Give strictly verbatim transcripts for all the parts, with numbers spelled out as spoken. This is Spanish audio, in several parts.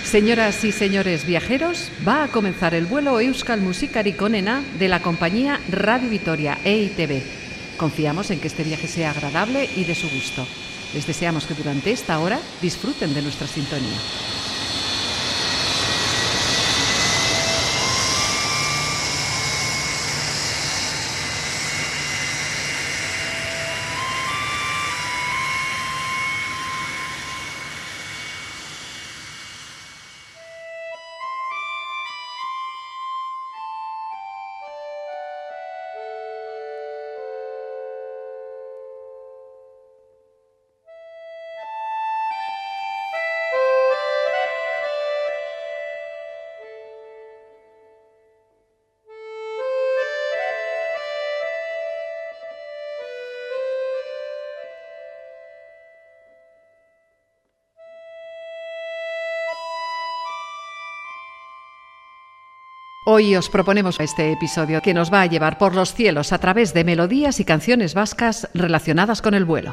Señoras y señores viajeros, va a comenzar el vuelo Euskal Musikari Onena de la compañía Radio Vitoria E I T B. Confiamos en que este viaje sea agradable y de su gusto. Les deseamos que durante esta hora disfruten de nuestra sintonía. Hoy os proponemos este episodio que nos va a llevar por los cielos a través de melodías y canciones vascas relacionadas con el vuelo.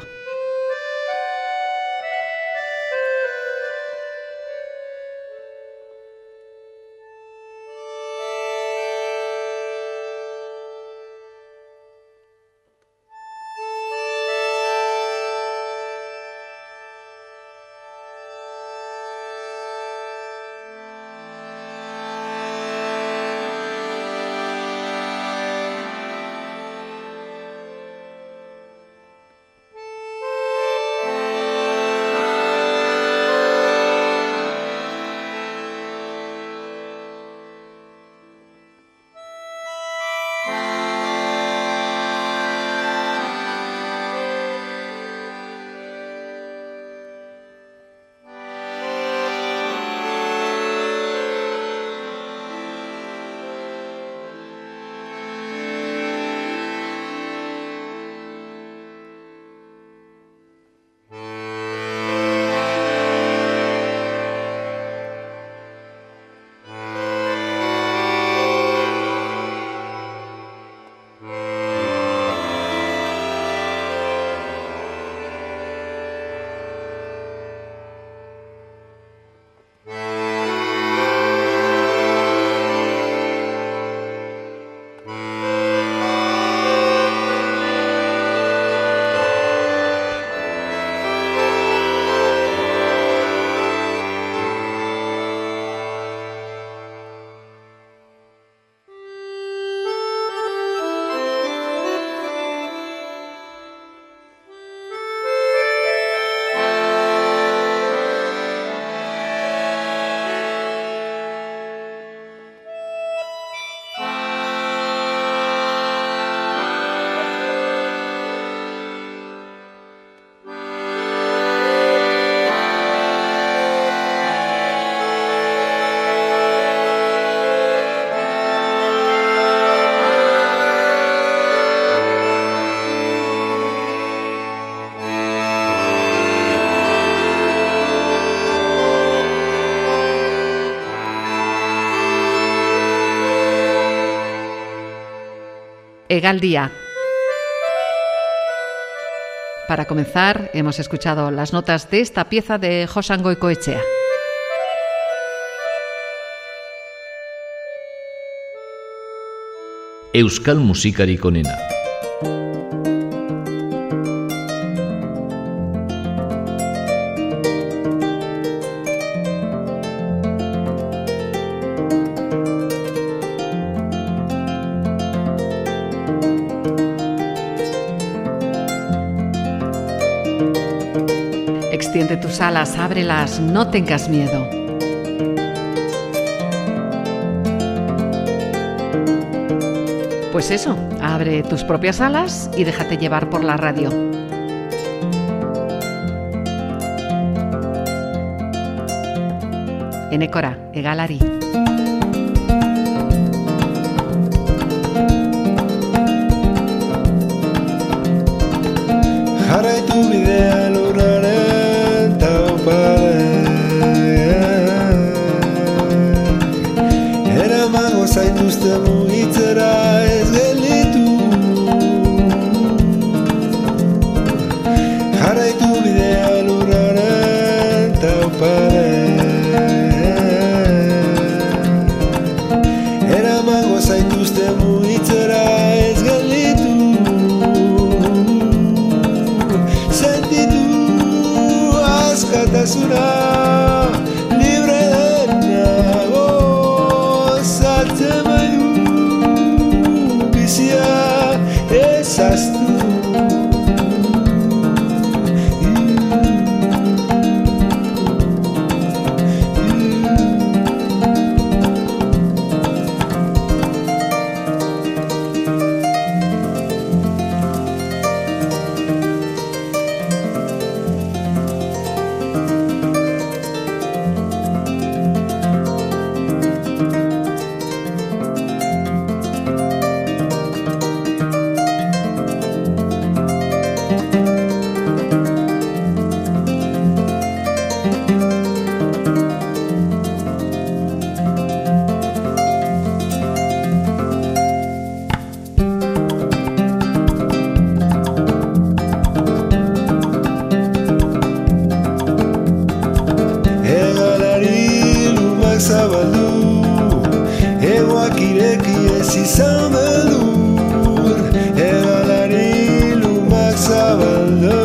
Egaldía. Para comenzar, hemos escuchado las notas de esta pieza de Joxan Goikoetxea. Euskal Musikari Onena. Extiende tus alas, ábrelas, no tengas miedo. Pues eso, abre tus propias alas y déjate llevar por la radio. Enekora, egalari. Jarraitu bidea lurraren taupadean, eramango zaituzte mugitzera ez gelditu. Jarraitu bidea lurraren taupadean, askatasuna libre denago zatzen baidu bizia ezaztu. Zabaldu, egoak ireki ez izan beldur, egalari lumak zabaldu.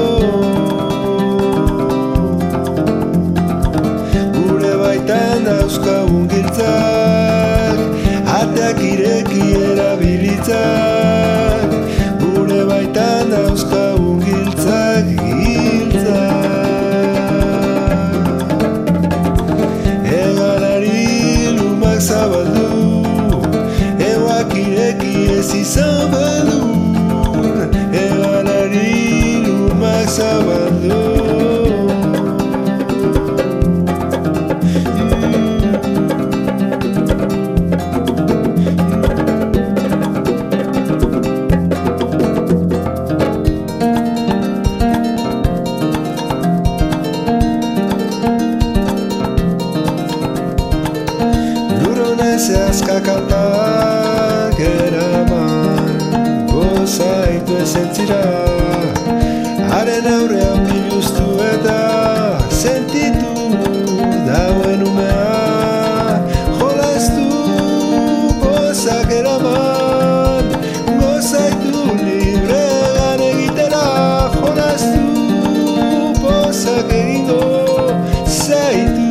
Gure baitan dauzkagun giltzak, ateak ireki erabilitzak, gure baitan dauzkagun giltzak, giltzak. Zabaldu, egoak ireki ez izan beldur, egalari lumak zabaldu. Azkakaltak eraman gozaitu ezentzira, haren aurrean biluztu eta sentitu dauen umea, jolaztu gozak eraman gozaitu libregan egitera, jolaztu gozak egingo zaitu.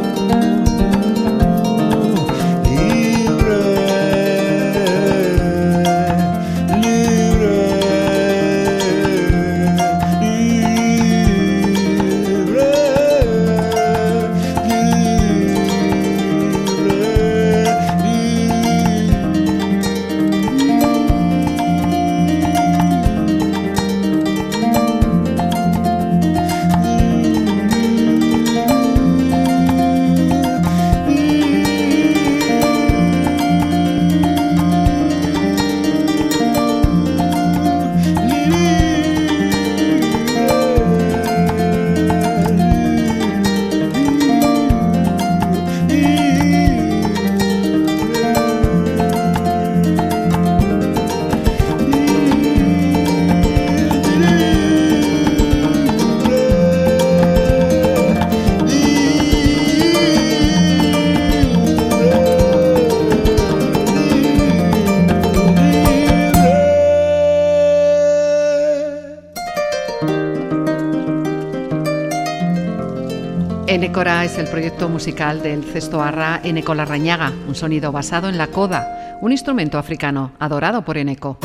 Enekora es el proyecto musical del cestoarra Eneko Larrañaga, un sonido basado en la koda, un instrumento africano adorado por Eneko.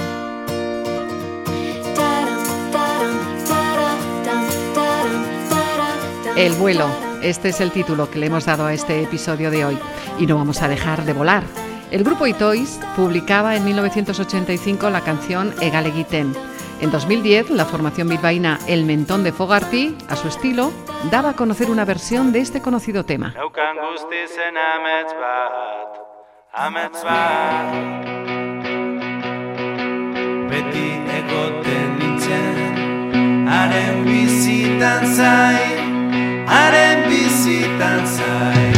El vuelo, este es el título que le hemos dado a este episodio de hoy, y no vamos a dejar de volar. El grupo Itoiz publicaba en mil novecientos ochenta y cinco la canción Egal Egiten. En dos mil diez, la formación bilbaína El Mentón de Fogarty, a su estilo, daba a conocer una versión de este conocido tema. Beti egoten nintzen, haren bizitan zain, haren bizitan zain.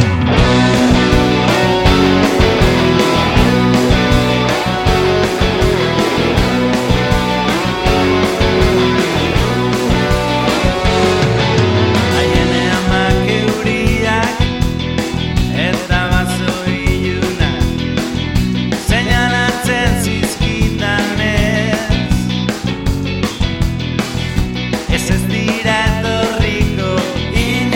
Ez ez dira etorriko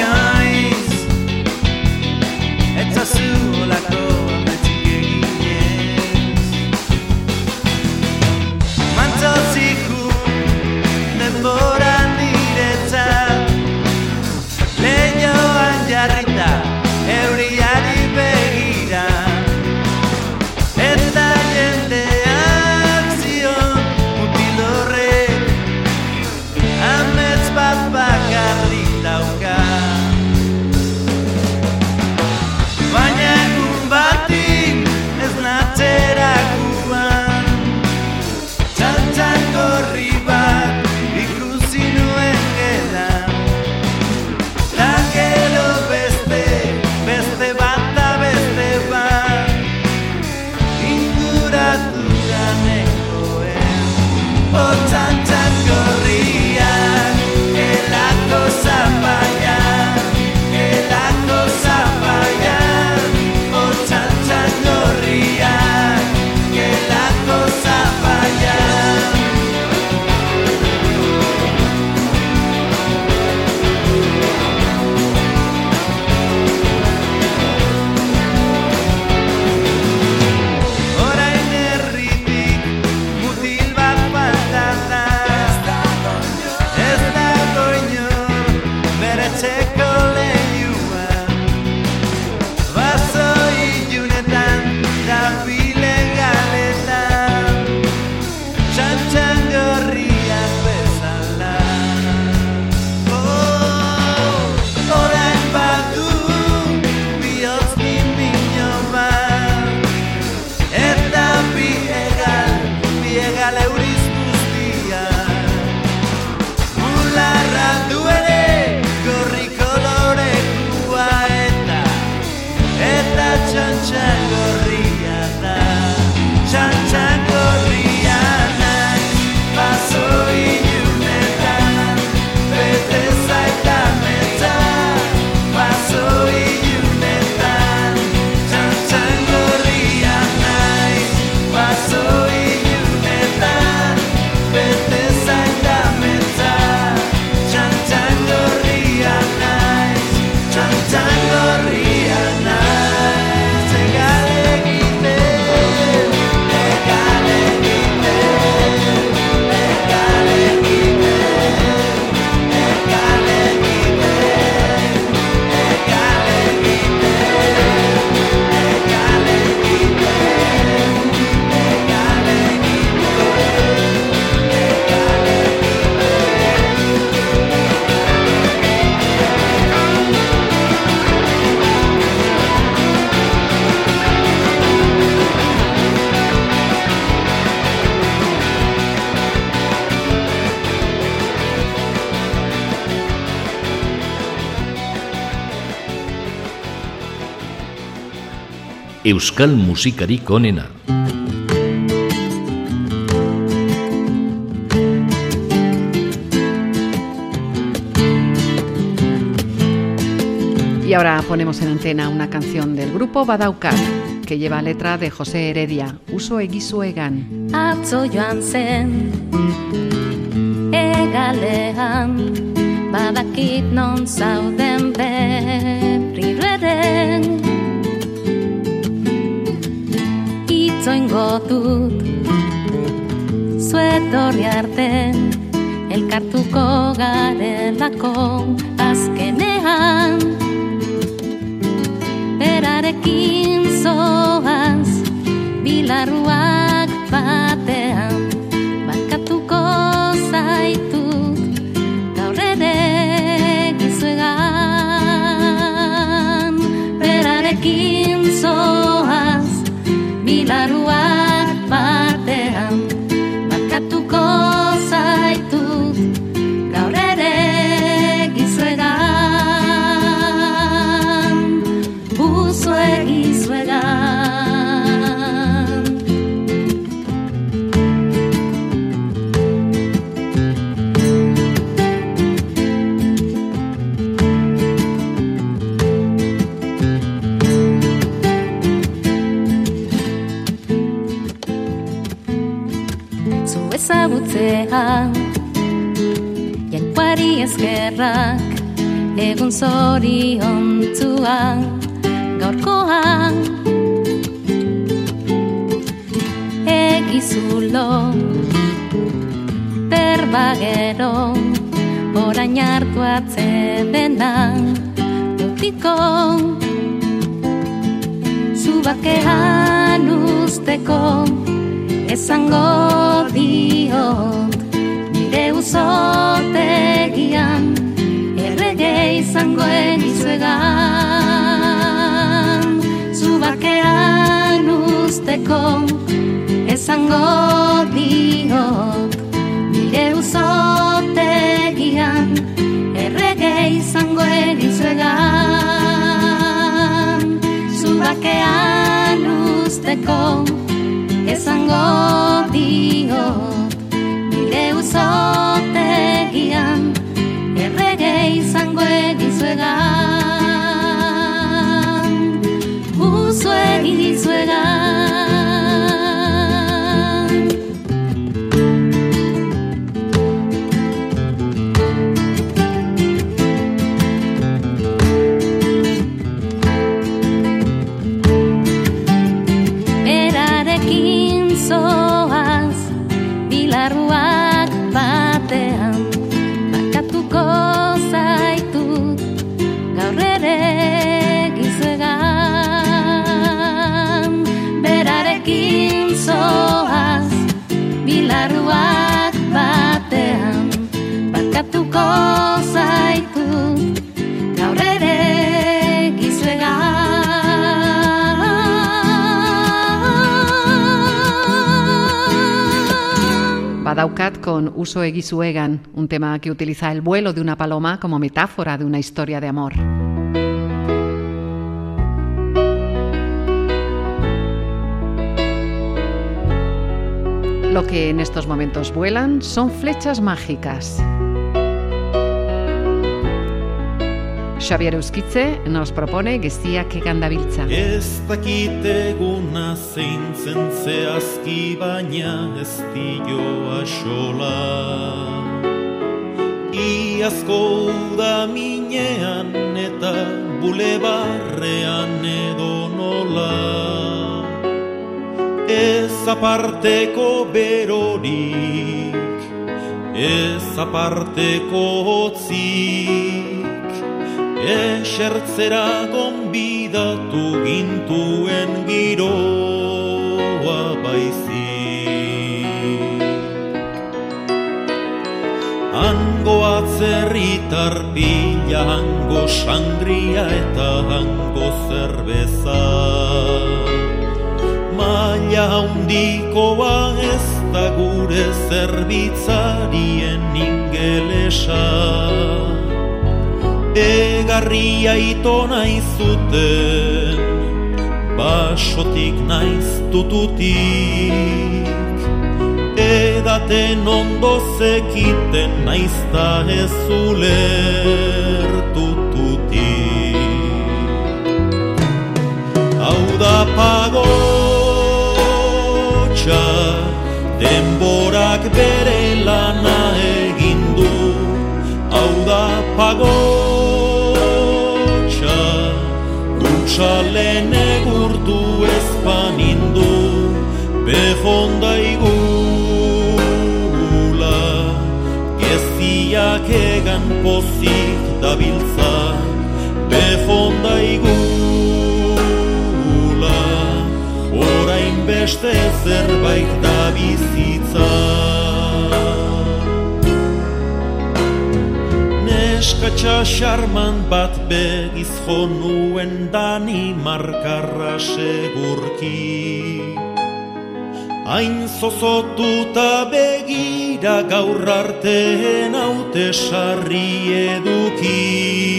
euskal musikarik onena. Y ahora ponemos en antena una canción del grupo Badaukat, que lleva letra de José Heredia, Uso egizu egan. Atzo joan zen, egalean, badakit non zauden berriro ere. Itzoingo dut, zuetorri arte, elkartuko garelako azkenean. Berarekin zoaz, bilarruak batean, barkatuko zaitut, gaur ere gizuegan. Berarekin zoaz, bilarruak batean, barkatuko zaitut, gaur ere gizuegan. Uso egizu egan. Zu ezagutzean, jainkoari eskerrak, egun zoriontzuan, gaurkoan egizulo berbagero orain hartu atzedenan utiko zubakean usteko esango diot nire uzotegian errege izango egizuegan. Zubakean usteko esango diot nire uzotegian errege izango egizuegan. Zubakean usteko esango diot nire uzotegian errege izango egizuegan. Uso egizu egan. Berarekin zoaz, bilarruak batean, barkatuko zaitut, gaur ere gizuegan. Berarekin zoaz, bilarruak batean, barkatuko zaitut, gaur ere gizuegan. Badaukat con Uso egizu egan, un tema que utiliza el vuelo de una paloma como metáfora de una historia de amor. Lo que en estos momentos vuelan son flechas mágicas. Xabier Euskitze nos propone Geziak egan dabiltza. Ez dakit eguna zeintzen zehazki baina ez dio axola. Iazko uda minean eta bulebarrean edo nola. Ez aparteko berorik, ez aparteko hotzik, esertzera gonbidatu gintuen giroa baizik. Hango atzerritar pila, hango sangria eta hango zerbeza. Maila handikoa ez da gure zerbitzarien ingelesa. Egarria ito nahi zuten, basotik naiz tututik, edaten ondo zekiten naizta ez ulertututik. Hau da pagotxa, denborak bere lana egin du. Hau da pagotxa, utxalen egurtu ezpanindu, behonda igula, geziak egan pozik dabiltza, behonda igula, orain beste zerbait da bizitza. Neskatxa xarman bat begiz jo nuen Danimarkarra segurki, hain zozotuta begira gaur arteen haute sarri eduki,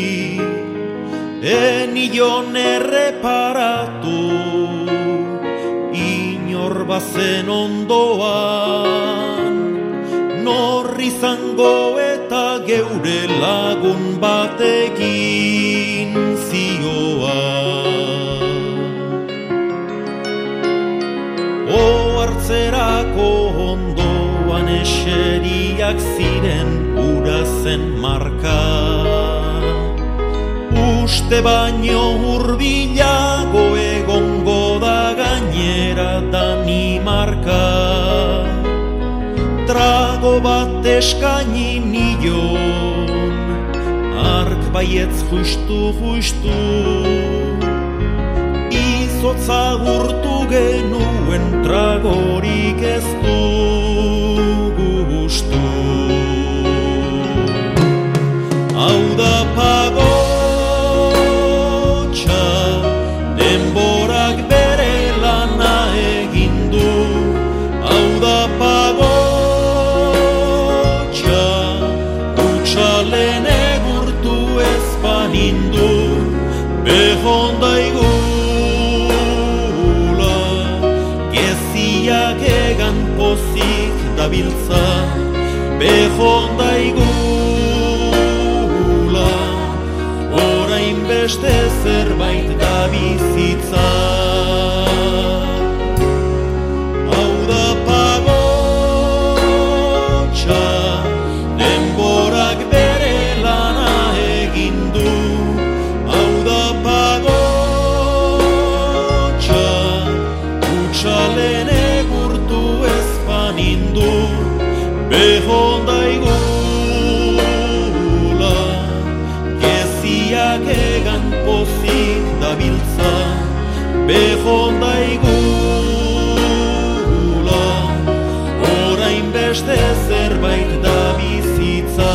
enion erreparatu inor bazen ondoan, nor izango eta geure lagun batekin zioan. Ohartzerako ondoan eseriak ziren urazen marka, uste baino hurbilago egongo da gainera Danimarka. Trago bat eskaini nion, ark baietz justu-justu, izotza gurtu genuen tragorik ez dugu gustu. Hau da pagotxa, denborak bere lana egin du. Hau da pagotxa, utxalen egurtu ezpanindu, behonda igula, geziak egan pozik dabiltza, behonda igula, orain beste zerbait da bizitza. Hau da pagotxa, denborak bere lana egin du. Hau da pagotxa, utxalen egurtu ezpanindu, behonda igula, geziak egan pozik dabiltza, behonda igula, orain beste zerbait da bizitza.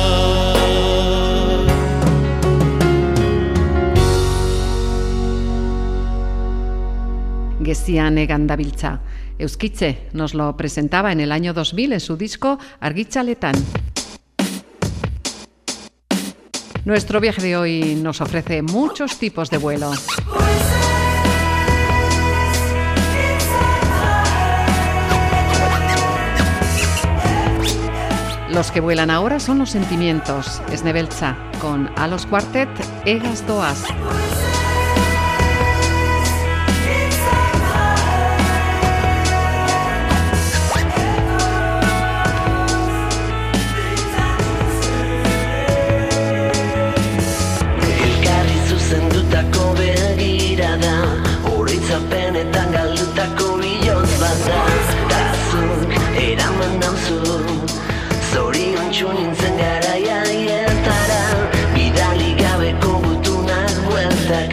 Gezian egan dabiltza. Euskitze nos lo presentaba en el año dos mil en su disco Argitzaletan. Nuestro viaje de hoy nos ofrece muchos tipos de vuelo. Los que vuelan ahora son los sentimientos. Esnebeltza con Alos Quartet, Egas doaz. Oroitzapenetan galdutako bihotz bat da, ta zuk eraman nauzu, zoriontsu nintzen garaia hieltara, bidali gabeko gutunak bueltak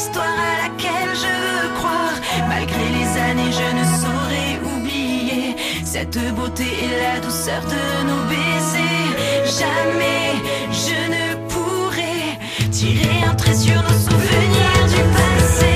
histoire à laquelle je veux croire. Malgré les années, je ne saurais oublier cette beauté et la douceur de nos baisers. Jamais je ne pourrai tirer un trait sur nos souvenirs du passé.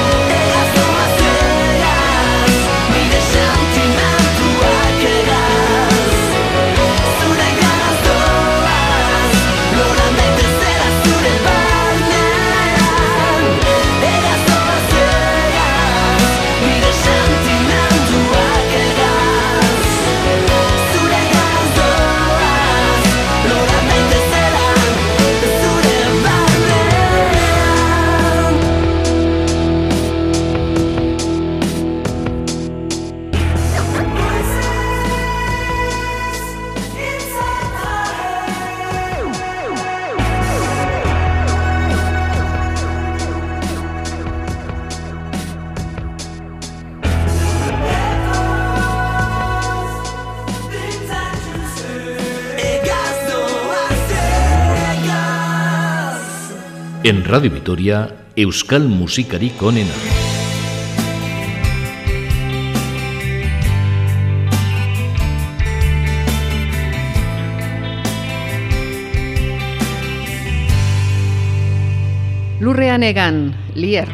En Radio Vitoria, Euskal Musikarik onena. Lurrean egan, Lier.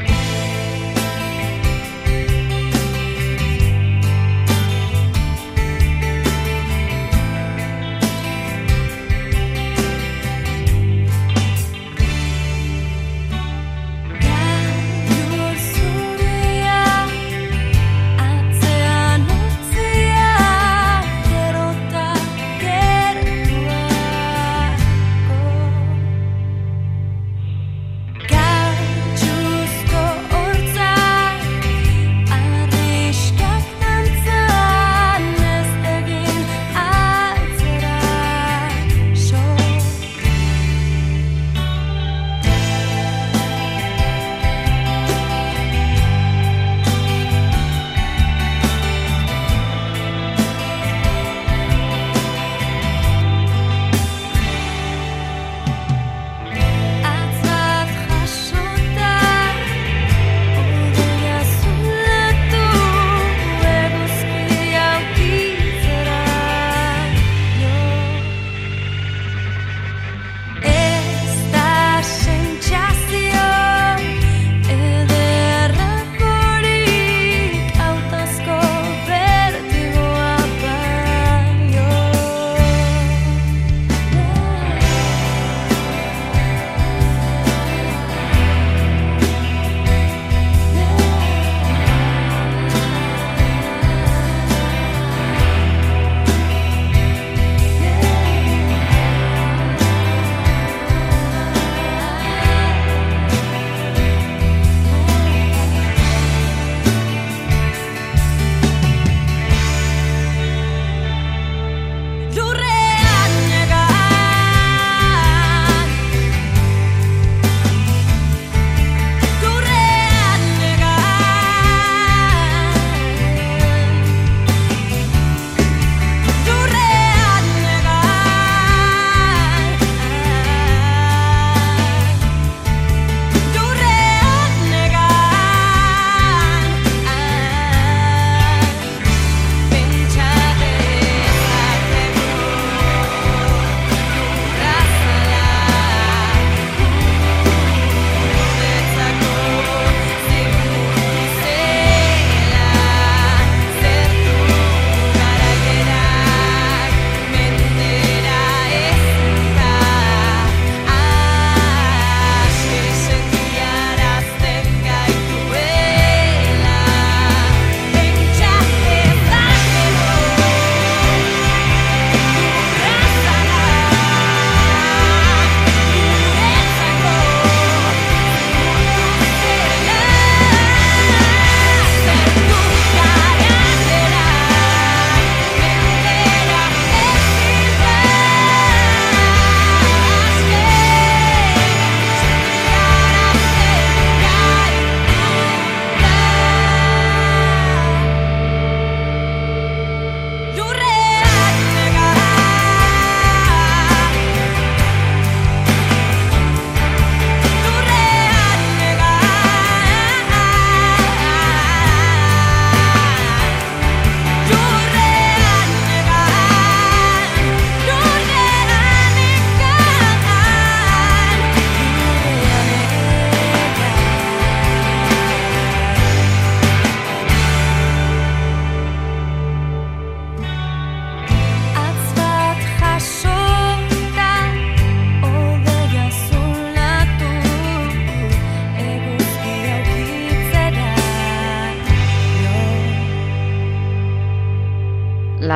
Gatuzko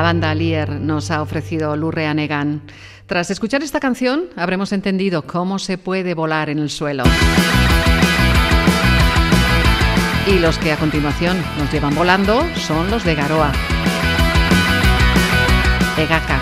banda Lier nos ha ofrecido Lurrean Egan. Tras escuchar esta canción, habremos entendido cómo se puede volar en el suelo. Y los que a continuación nos llevan volando son los de Garoa. Egaka.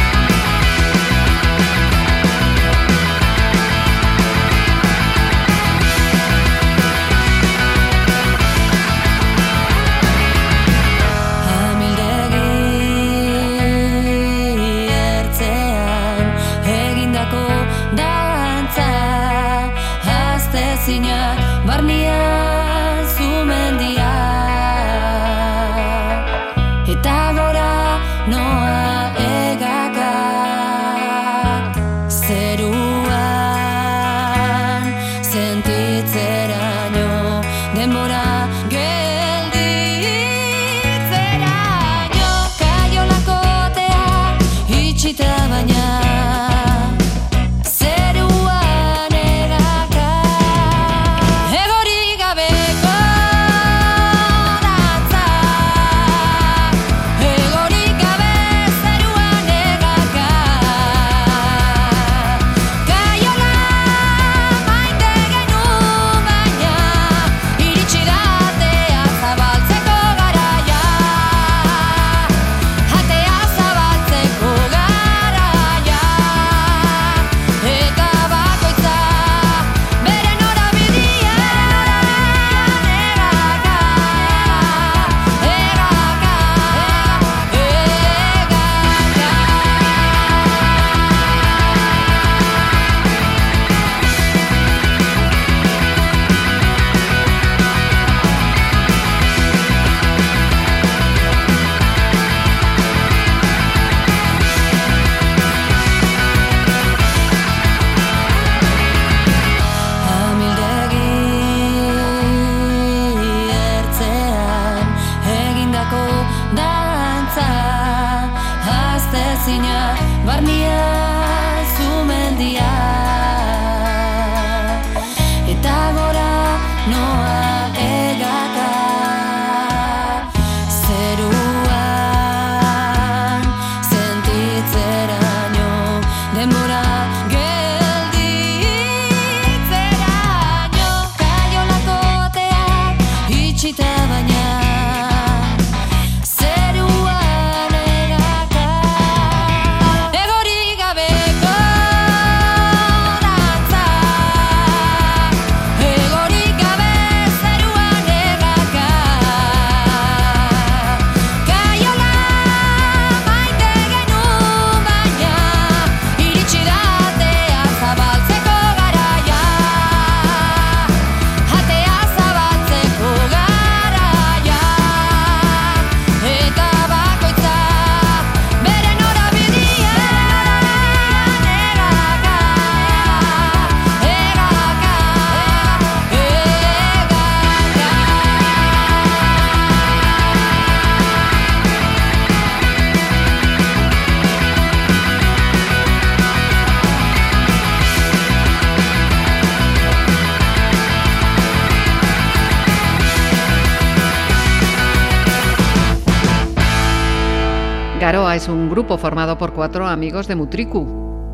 Garoa es un grupo formado por cuatro amigos de Mutriku.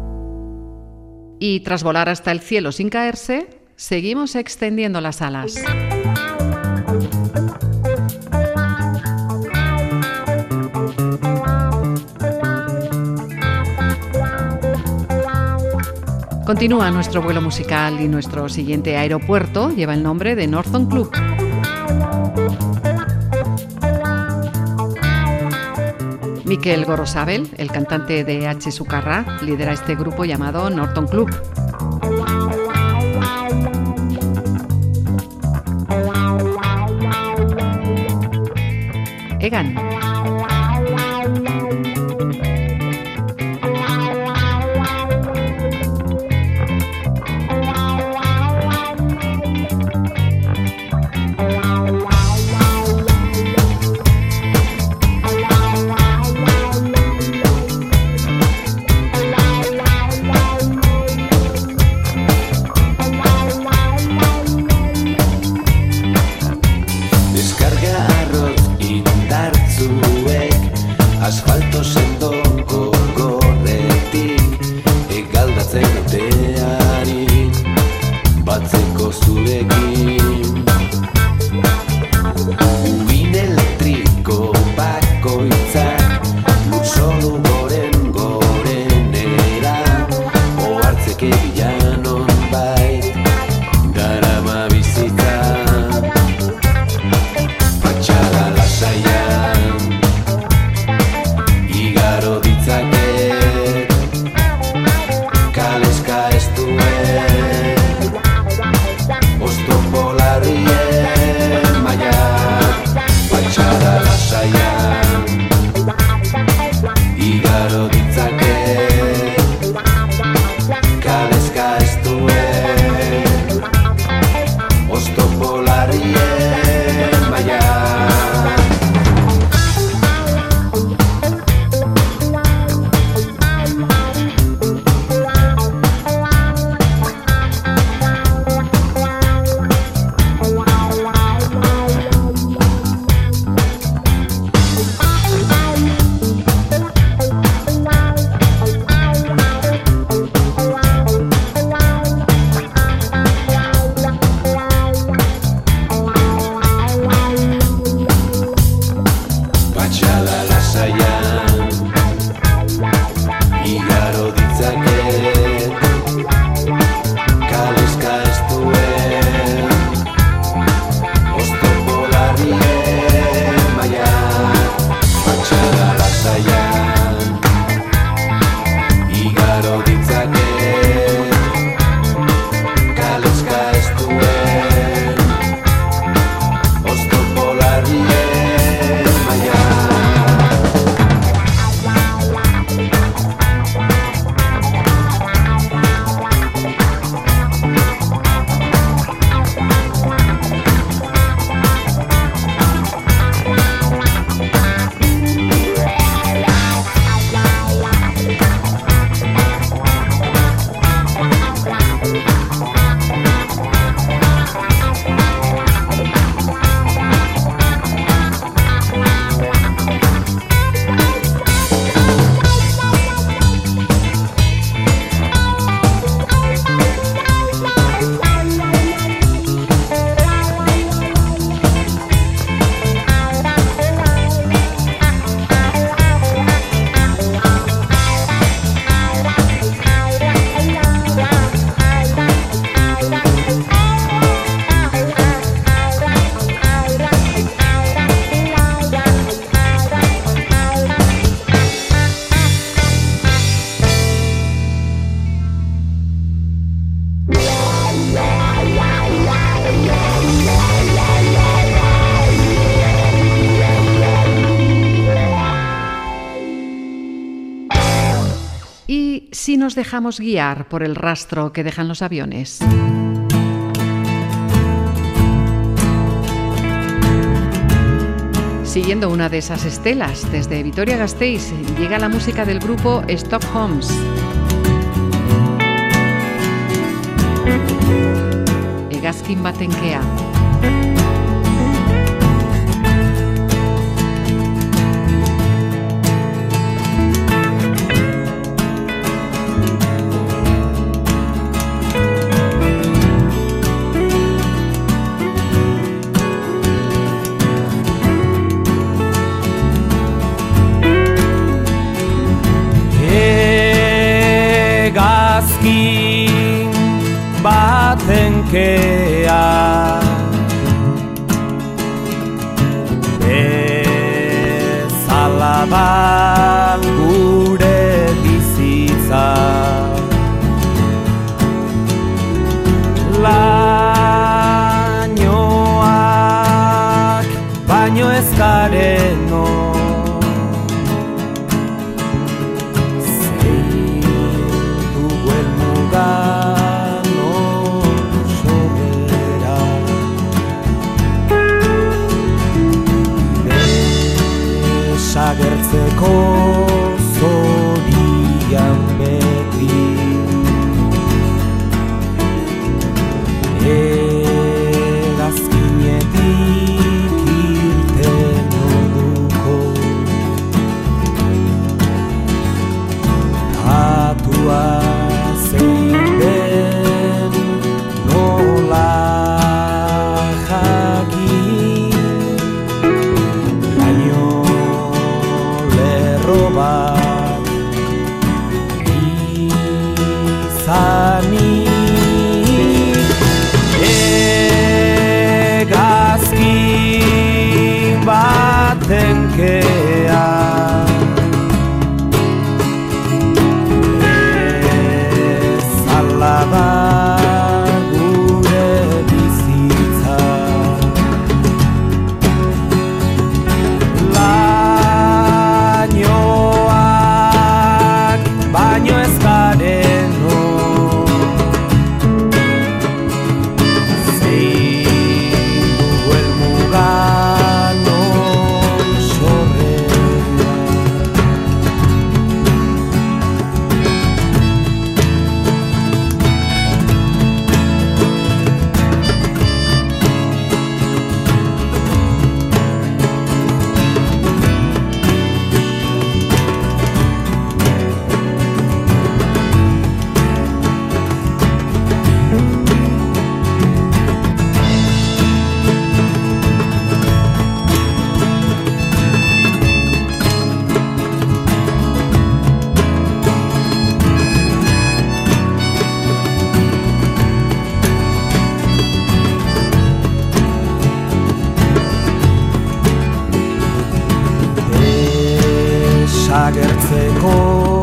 Y tras volar hasta el cielo sin caerse, seguimos extendiendo las alas. Continúa nuestro vuelo musical y nuestro siguiente aeropuerto lleva el nombre de Northern Club. Mikel Gorosabel, el cantante de H. Sukarra, lidera este grupo llamado Northern Club. Egan. asfalto sendoko gorretik egaldatzen uteari batzeko zurekin. Ubin elektriko bakoitzak lurzoru goren gorenera ohartzeke bilanon bait darama bizitza. Patxada lasaian igaro ditzaket kaleska ez duen oztopo larrien maia. Patxada lasaian igaro ditzaket kaleska ez duen oztopo larrien maia. Patxada lasaian igaro ditzaket kaleska ez duen oztopo larrien maia. Patxada lasaian igaro ditzaket kaleska ez duen oztopo larrien maia. ¿Y si nos dejamos guiar por el rastro que dejan los aviones? Siguiendo una de esas estelas, desde Vitoria-Gasteiz llega la música del grupo Stockholms. Hegazkin baten kea. Hegazkin baten kea bezala da gure bizitza. Lainoak baino ez gareno agertzeko zorian beti Hegazkinetik irten orduko batenkea ez alaba gure bizitza lainoak baino ez gareno agertzeko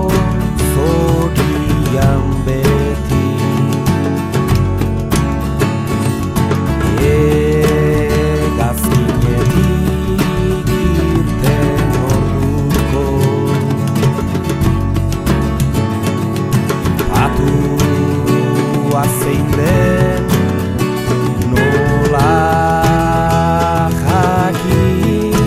zorian beti egazkinetik irten orduko patua zein den nola jakin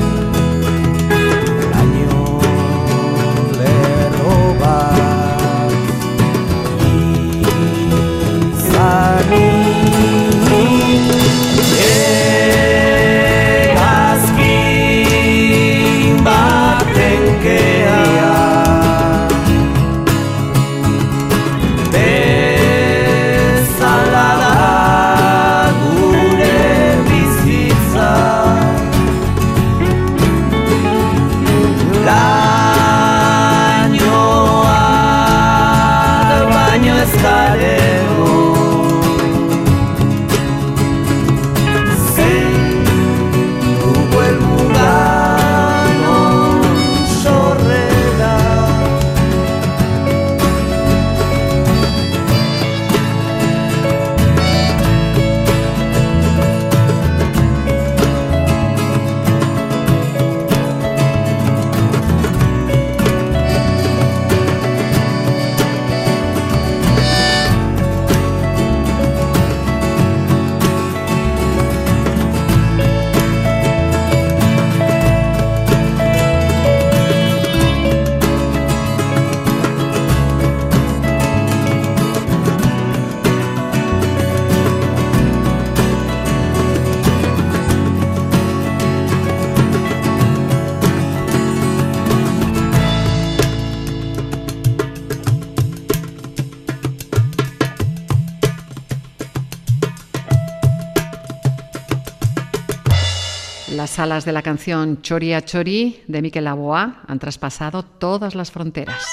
Las alas de la canción Chori a Chori de Mikel Laboa han traspasado todas las fronteras.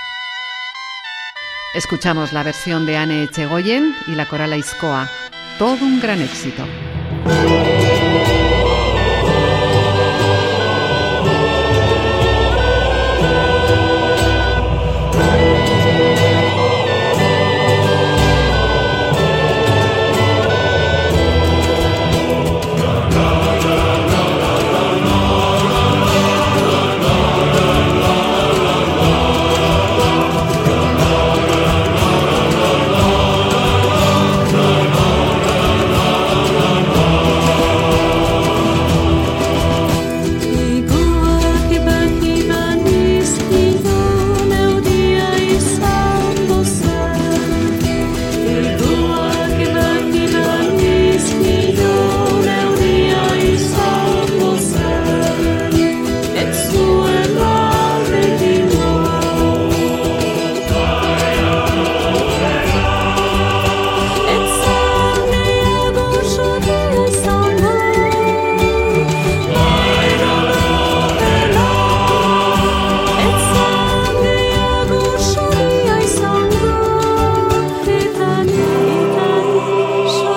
Escuchamos la versión de Ane Etxegoyen y la coral Aizkoa. Todo un gran éxito.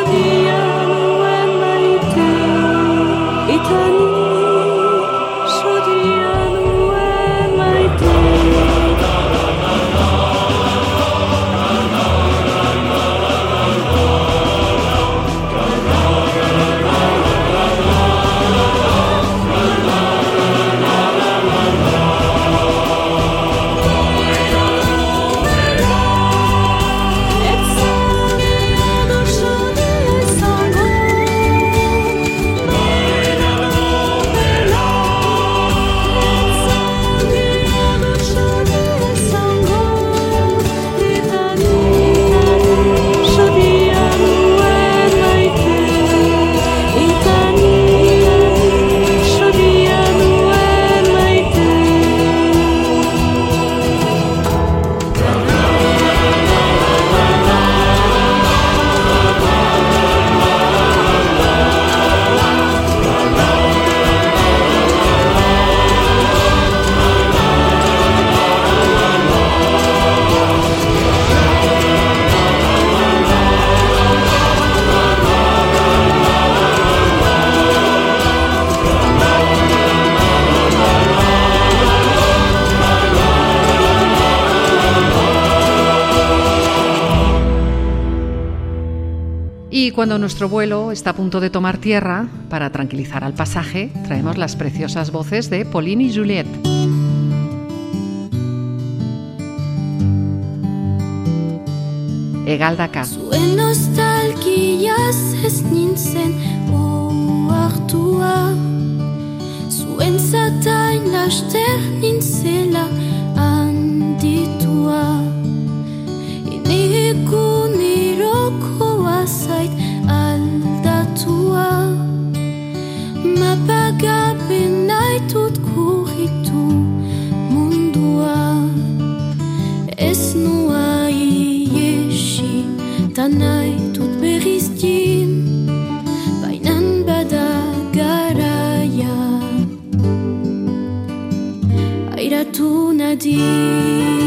Itani, cuando nuestro vuelo está a punto de tomar tierra, para tranquilizar al pasaje, traemos las preciosas voces de Pauline y Juliette. Egaldaka. Zuen nostalgiaz ez nintzen ohartua, zuen zatain laster nintzela handitua. Enegun erokoa zait aldatua, mapagabe naitut kurritu mundua. Ez nua iesi, ta naitut berriz din, bainan bada garaia airatu nadin.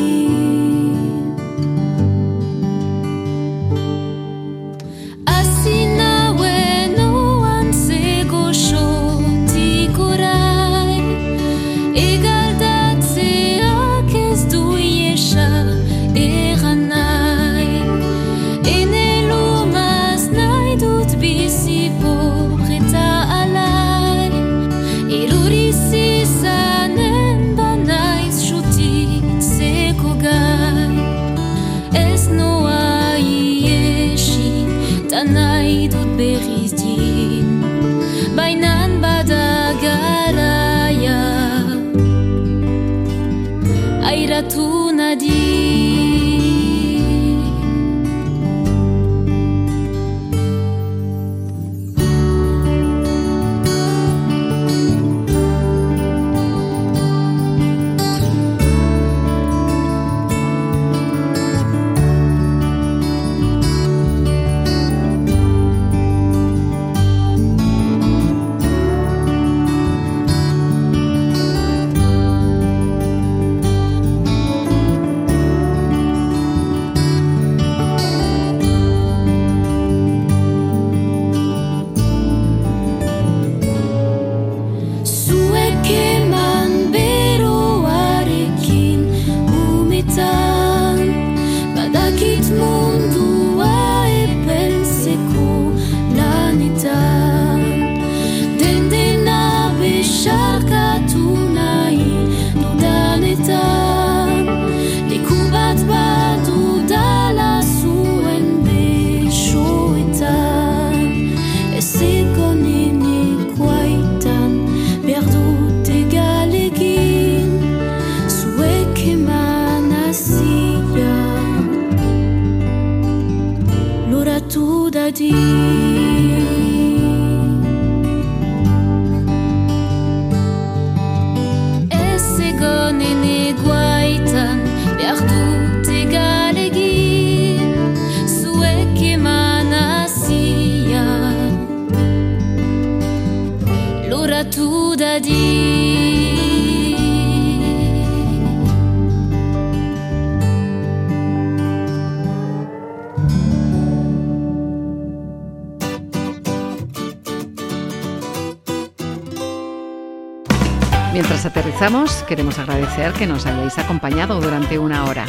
Mientras aterrizamos, queremos agradecer que nos hayáis acompañado durante una hora.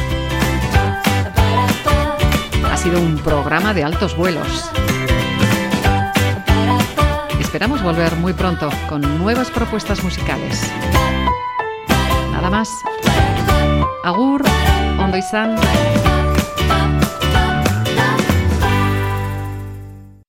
Ha sido un programa de altos vuelos. Esperamos volver muy pronto con nuevas propuestas musicales. Nada más. Agur, ondo izan.